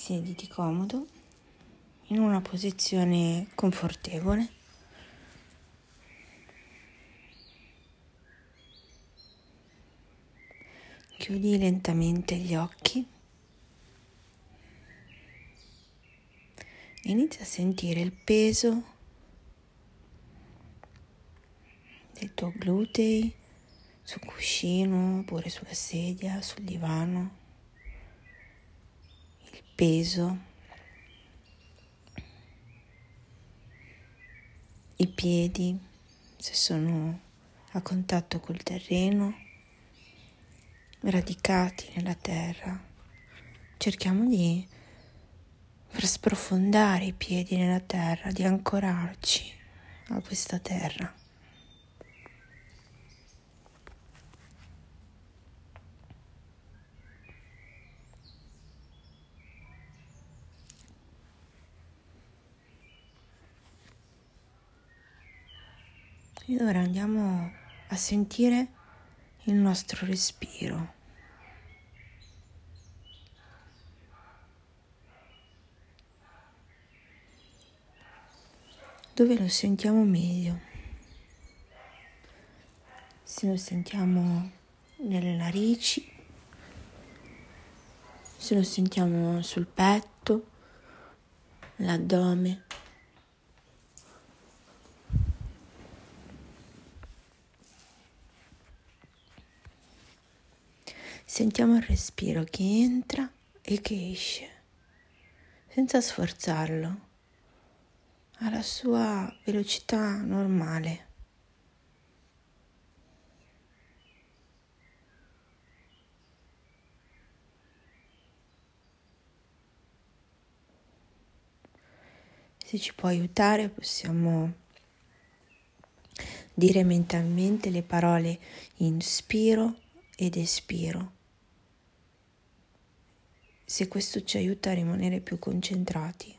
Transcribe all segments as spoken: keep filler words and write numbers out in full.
Siediti comodo in una posizione confortevole. Chiudi lentamente gli occhi e inizia a sentire il peso dei tuoi glutei sul cuscino oppure sulla sedia, sul divano, il peso, i piedi se sono a contatto col terreno, radicati nella terra. Cerchiamo di far sprofondare i piedi nella terra, di ancorarci a questa terra. E ora andiamo a sentire il nostro respiro. Dove lo sentiamo meglio? Se lo sentiamo nelle narici, se lo sentiamo sul petto, l'addome. Sentiamo il respiro che entra e che esce, senza sforzarlo, alla sua velocità normale. Se ci può aiutare, possiamo dire mentalmente le parole inspiro ed espiro. Se questo ci aiuta a rimanere più concentrati.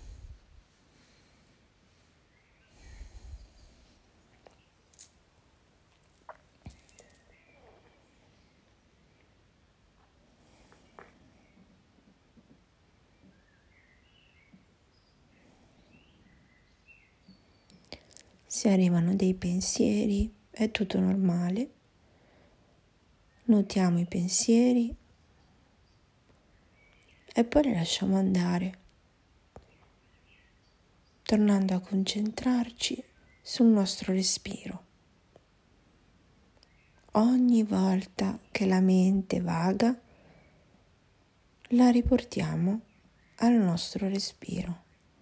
Se arrivano dei pensieri, è tutto normale. Notiamo i pensieri e poi li lasciamo andare, tornando a concentrarci sul nostro respiro. Ogni volta che la mente vaga, la riportiamo al nostro respiro.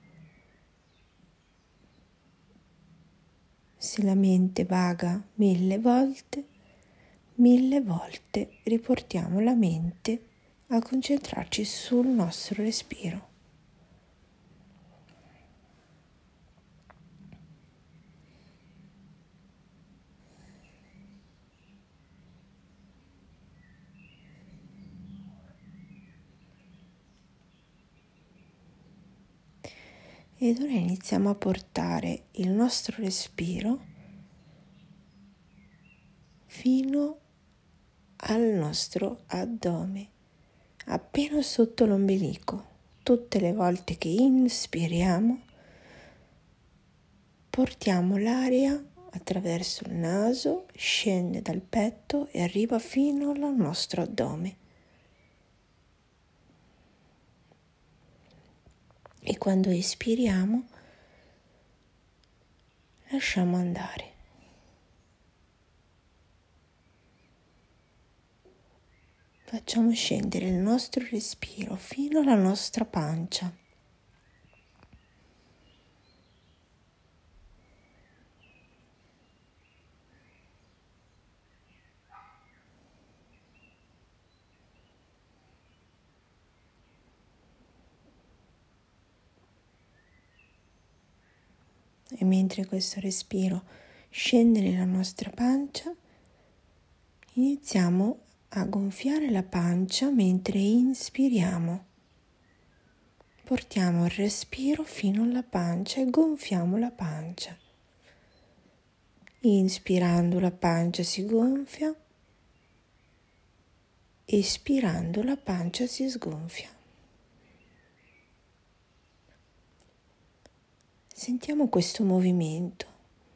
Se la mente vaga mille volte, mille volte riportiamo la mente a concentrarci sul nostro respiro. Ed ora iniziamo a portare il nostro respiro fino al nostro addome, appena sotto l'ombelico. Tutte le volte che inspiriamo, portiamo l'aria attraverso il naso, scende dal petto e arriva fino al nostro addome. E quando espiriamo, lasciamo andare. Facciamo scendere il nostro respiro fino alla nostra pancia. E mentre questo respiro scende nella nostra pancia, iniziamo a gonfiare la pancia mentre inspiriamo. Portiamo il respiro fino alla pancia e gonfiamo la pancia. Inspirando la pancia si gonfia, espirando la pancia si sgonfia. Sentiamo questo movimento.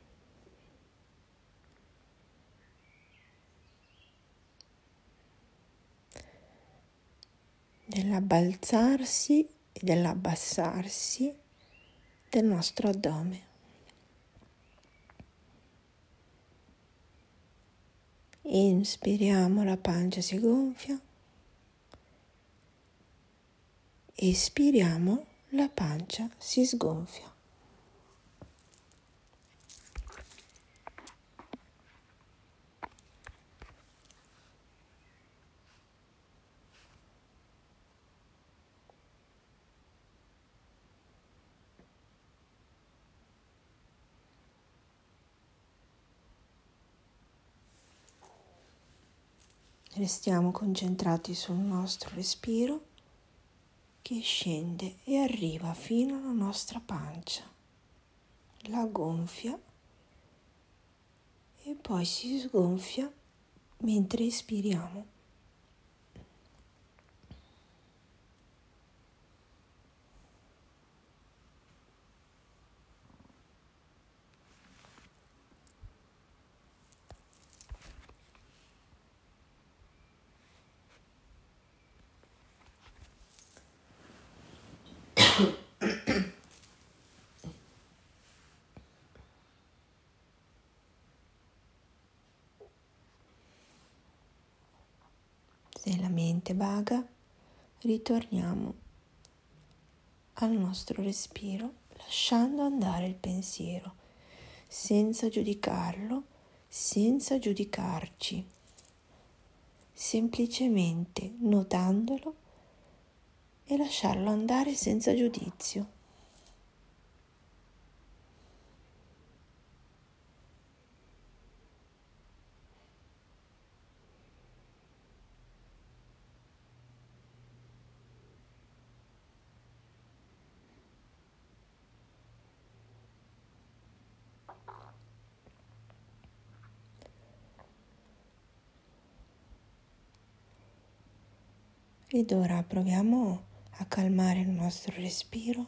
Dell'abbalzarsi e dell'abbassarsi del nostro addome. Inspiriamo, la pancia si gonfia. Espiriamo, la pancia si sgonfia. Restiamo concentrati sul nostro respiro che scende e arriva fino alla nostra pancia, la gonfia e poi si sgonfia mentre espiriamo. Se la mente vaga, ritorniamo al nostro respiro, lasciando andare il pensiero, senza giudicarlo, senza giudicarci, semplicemente notandolo e lasciarlo andare senza giudizio. Ed ora proviamo a calmare il nostro respiro.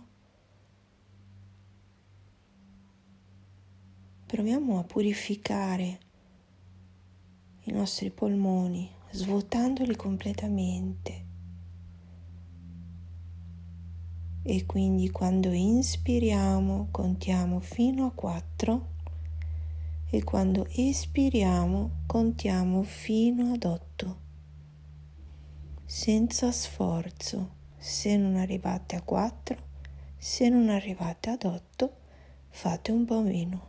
Proviamo a purificare i nostri polmoni, svuotandoli completamente. E quindi quando inspiriamo contiamo fino a quattro e quando espiriamo contiamo fino ad otto. Senza sforzo. Se non arrivate a quattro, se non arrivate ad otto, fate un po' meno.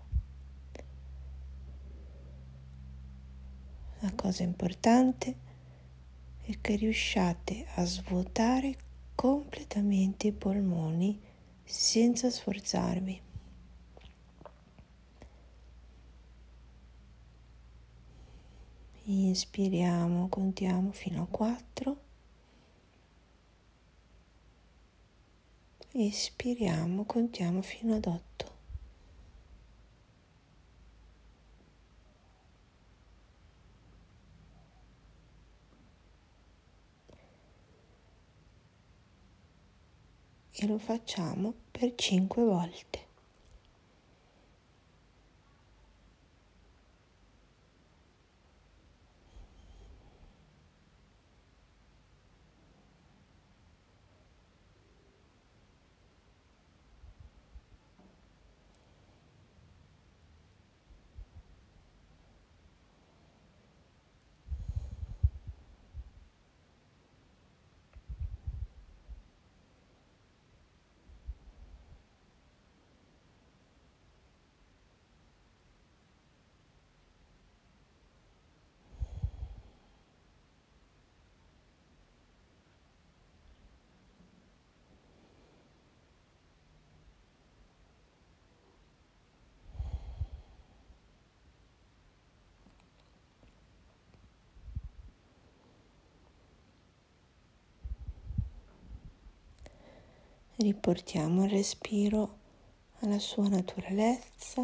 La cosa importante è che riusciate a svuotare completamente i polmoni senza sforzarvi. Inspiriamo, contiamo fino a quattro. Espiriamo, contiamo fino ad otto. E lo facciamo per cinque volte. Riportiamo il respiro alla sua naturalezza,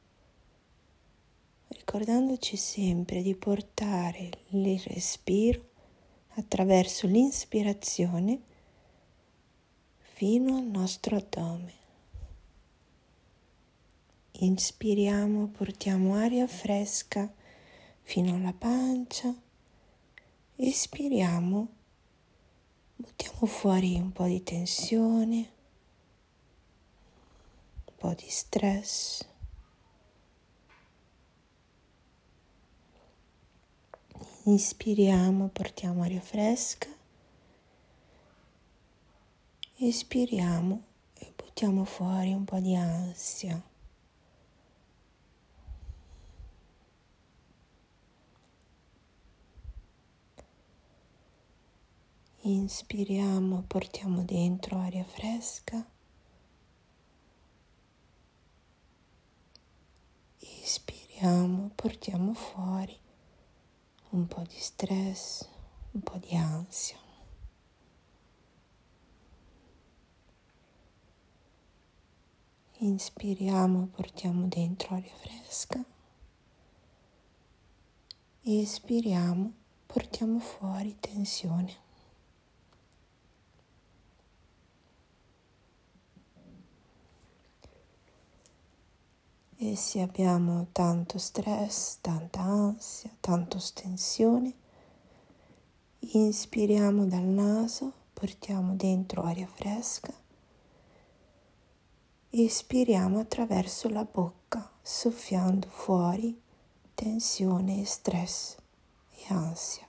ricordandoci sempre di portare il respiro attraverso l'inspirazione fino al nostro addome. Inspiriamo, portiamo aria fresca fino alla pancia. Espiriamo, buttiamo fuori un po' di tensione, un po' di stress. Inspiriamo, portiamo aria fresca. Espiriamo e buttiamo fuori un po' di ansia. Inspiriamo, portiamo dentro aria fresca. Espiriamo, portiamo fuori un po' di stress, un po' di ansia. Inspiriamo, portiamo dentro aria fresca. Espiriamo, portiamo fuori tensione. E se abbiamo tanto stress, tanta ansia, tanta tensione, inspiriamo dal naso, portiamo dentro aria fresca. Espiriamo attraverso la bocca, soffiando fuori tensione e stress e ansia.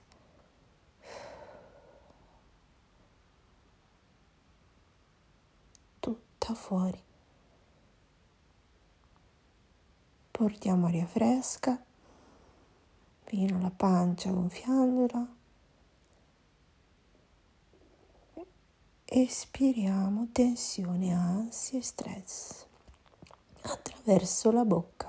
Tutta fuori. Portiamo aria fresca fino alla pancia gonfiandola. Espiriamo tensione, ansia e stress attraverso la bocca.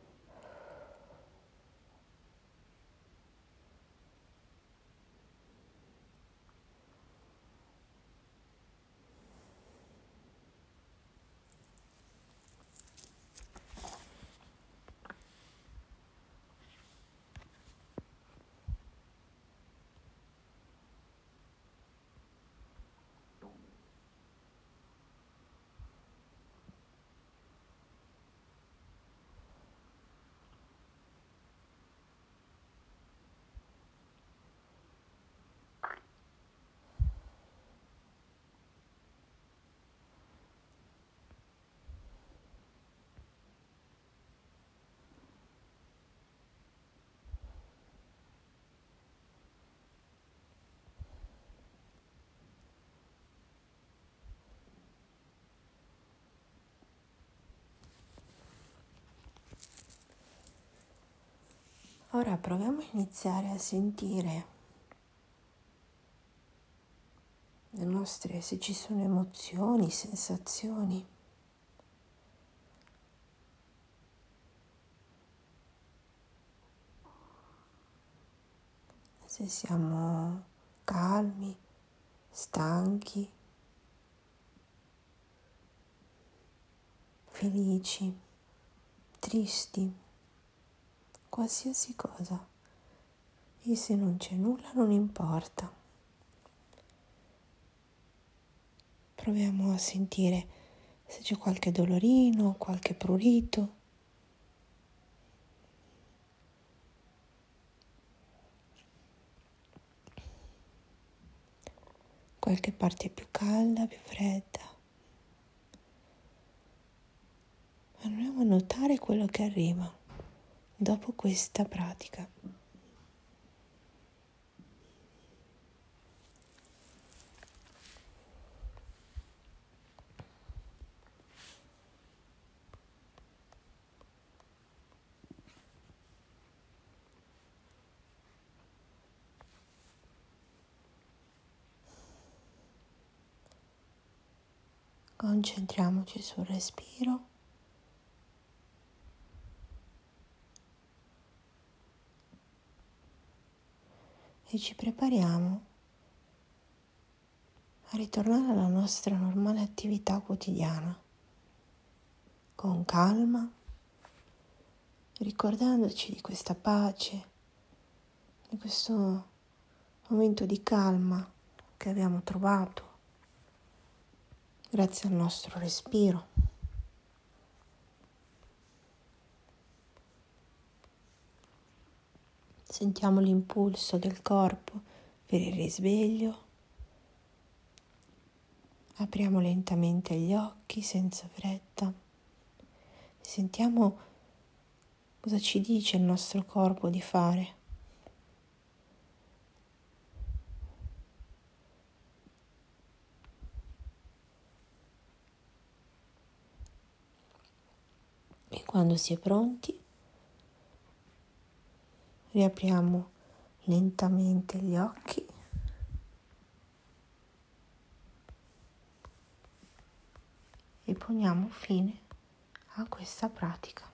Ora proviamo a iniziare a sentire le nostre, se ci sono emozioni, sensazioni. Se siamo calmi, stanchi, felici, tristi, qualsiasi cosa. E se non c'è nulla non importa. Proviamo a sentire se c'è qualche dolorino, qualche prurito. Qualche parte più calda, più fredda. Andiamo a notare quello che arriva dopo questa pratica. Concentriamoci sul respiro. E ci prepariamo a ritornare alla nostra normale attività quotidiana, con calma, ricordandoci di questa pace, di questo momento di calma che abbiamo trovato grazie al nostro respiro. Sentiamo l'impulso del corpo per il risveglio. Apriamo lentamente gli occhi senza fretta. Sentiamo cosa ci dice il nostro corpo di fare. E quando si è pronti, riapriamo lentamente gli occhi e poniamo fine a questa pratica.